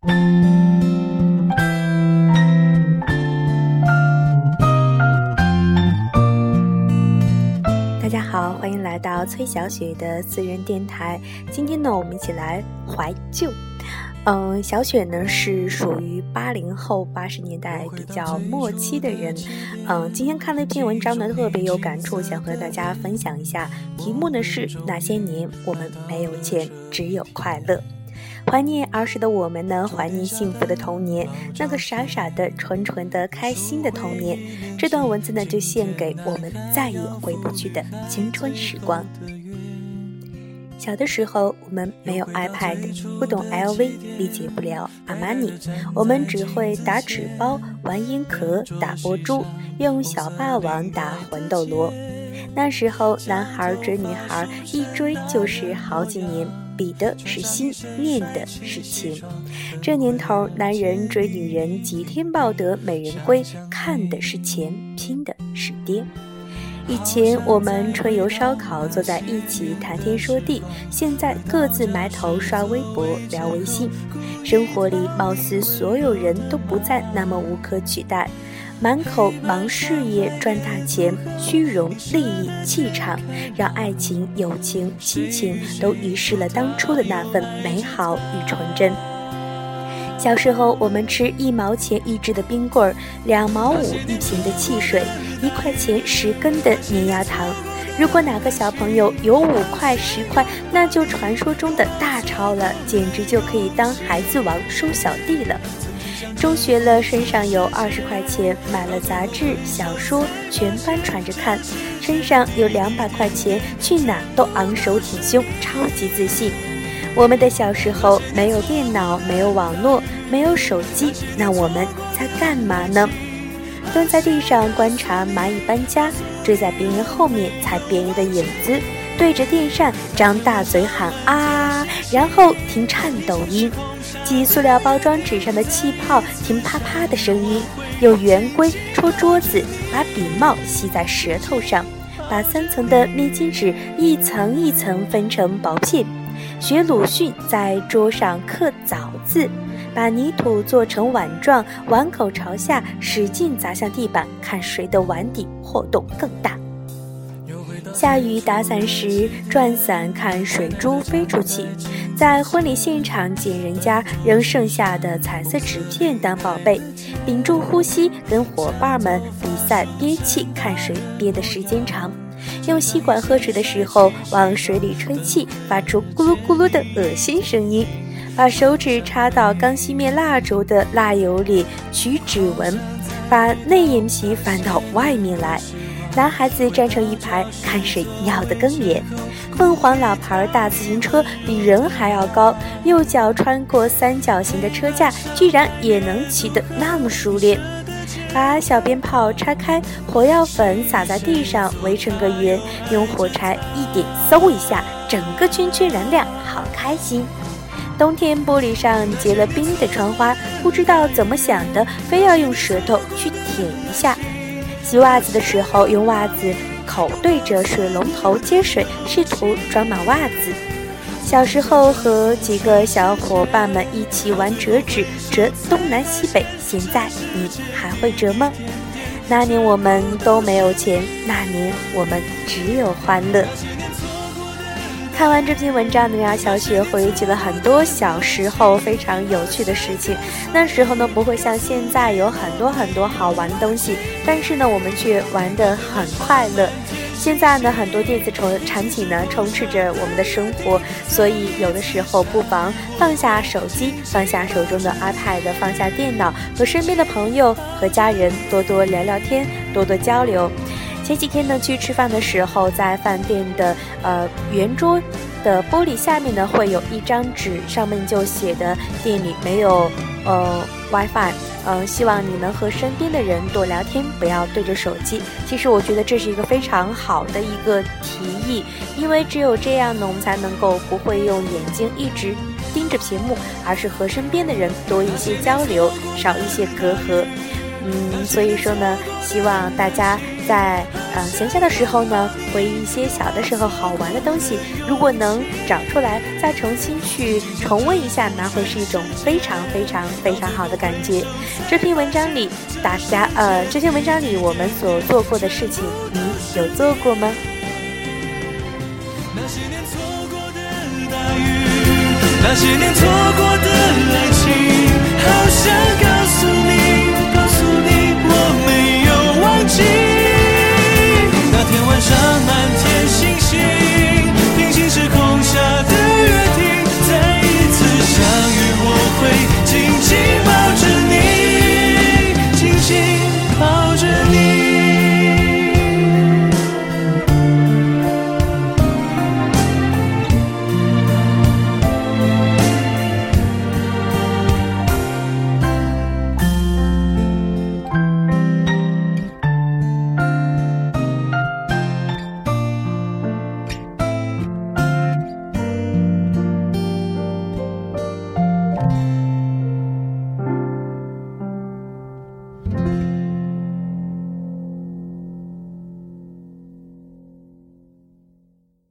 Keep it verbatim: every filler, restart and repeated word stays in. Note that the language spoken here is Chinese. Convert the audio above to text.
大家好，欢迎来到崔小雪的私人电台。今天呢，我们一起来怀旧。嗯，小雪呢是属于八零后八十年代比较末期的人。嗯，今天看了一篇文章呢，特别有感触，想和大家分享一下。题目呢是那些年我们没有钱，只有快乐。怀念儿时的我们呢，怀念幸福的童年，那个傻傻的、纯纯的、开心的童年。这段文字呢，就献给我们再也回不去的青春时光。小的时候，我们没有 iPad， 不懂 L V， 理解不了阿玛尼，我们只会打纸包、玩烟壳、打波珠，用小霸王打魂斗罗。那时候，男孩追女孩，一追就是好几年。比的是心，念的是钱。这年头，男人追女人，几天抱得美人归，看的是钱，拼的是爹。以前我们春游烧烤，坐在一起谈天说地，现在各自埋头刷微博聊微信。生活里貌似所有人都不再那么无可取代，满口忙事业赚大钱，虚荣利益气场，让爱情友情亲情都遗失了当初的那份美好与纯真。小时候我们吃一毛钱一支的冰棍儿，两毛五一瓶的汽水，一块钱十根的粘牙糖。如果哪个小朋友有五块十块，那就传说中的大钞了，简直就可以当孩子王收小弟了。中学了，身上有二十块钱，买了杂志小说，全班传着看。身上有两百块钱，去哪都昂首挺胸，超级自信。我们的小时候没有电脑，没有网络，没有手机，那我们在干嘛呢？蹲在地上观察蚂蚁搬家，追在别人后面踩别人的影子，对着电扇张大嘴喊啊，然后听颤抖音，挤塑料包装纸上的气泡，听啪啪的声音，用圆规戳桌子，把笔帽吸在舌头上，把三层的面巾纸一层一层分成薄片，学鲁迅在桌上刻枣字，把泥土做成碗状，碗口朝下，使劲砸向地板，看谁的碗底破洞更大。下雨打伞时，转伞看水珠飞出去。在婚礼现场捡人家扔剩下的彩色纸片当宝贝，屏住呼吸跟伙伴们比赛憋气，看谁憋的时间长。用吸管喝水的时候，往水里吹气，发出咕噜咕噜的恶心声音。把手指插到刚熄灭蜡烛的蜡油里取指纹，把内眼皮翻到外面来。男孩子站成一排，看谁尿得更严。凤凰老牌大自行车比人还要高，右脚穿过三角形的车架，居然也能骑得那么熟练。把小鞭炮拆开，火药粉撒在地上围成个圆，用火柴一点嗖一下，整个圈圈燃亮，好开心。冬天玻璃上结了冰的窗花，不知道怎么想的，非要用舌头去舔一下。洗袜子的时候，用袜子口对着水龙头接水，试图装满袜子。小时候和几个小伙伴们一起玩折纸，折东南西北，现在你还会折吗？那年我们都没有钱，那年我们只有欢乐。看完这篇文章呢，让小雪回忆起了很多小时候非常有趣的事情。那时候呢，不会像现在有很多很多好玩的东西，但是呢，我们却玩得很快乐。现在呢，很多电子产品呢充斥着我们的生活，所以有的时候不妨放下手机，放下手中的 iPad， 放下电脑，和身边的朋友和家人多多聊聊天，多多交流。前几天呢，去吃饭的时候，在饭店的呃圆桌的玻璃下面呢，会有一张纸，上面就写的店里没有呃 WiFi， 嗯、呃，希望你能和身边的人多聊天，不要对着手机。其实我觉得这是一个非常好的一个提议，因为只有这样呢，我们才能够不会用眼睛一直盯着屏幕，而是和身边的人多一些交流，少一些隔阂。嗯，所以说呢，希望大家在呃闲暇的时候呢，回忆一些小的时候好玩的东西，如果能找出来再重新去重温一下，那会是一种非常非常非常好的感觉。这篇文章里大家呃这篇文章里我们所做过的事情，你有做过吗？ 那些年错过的大雨，那些年错过的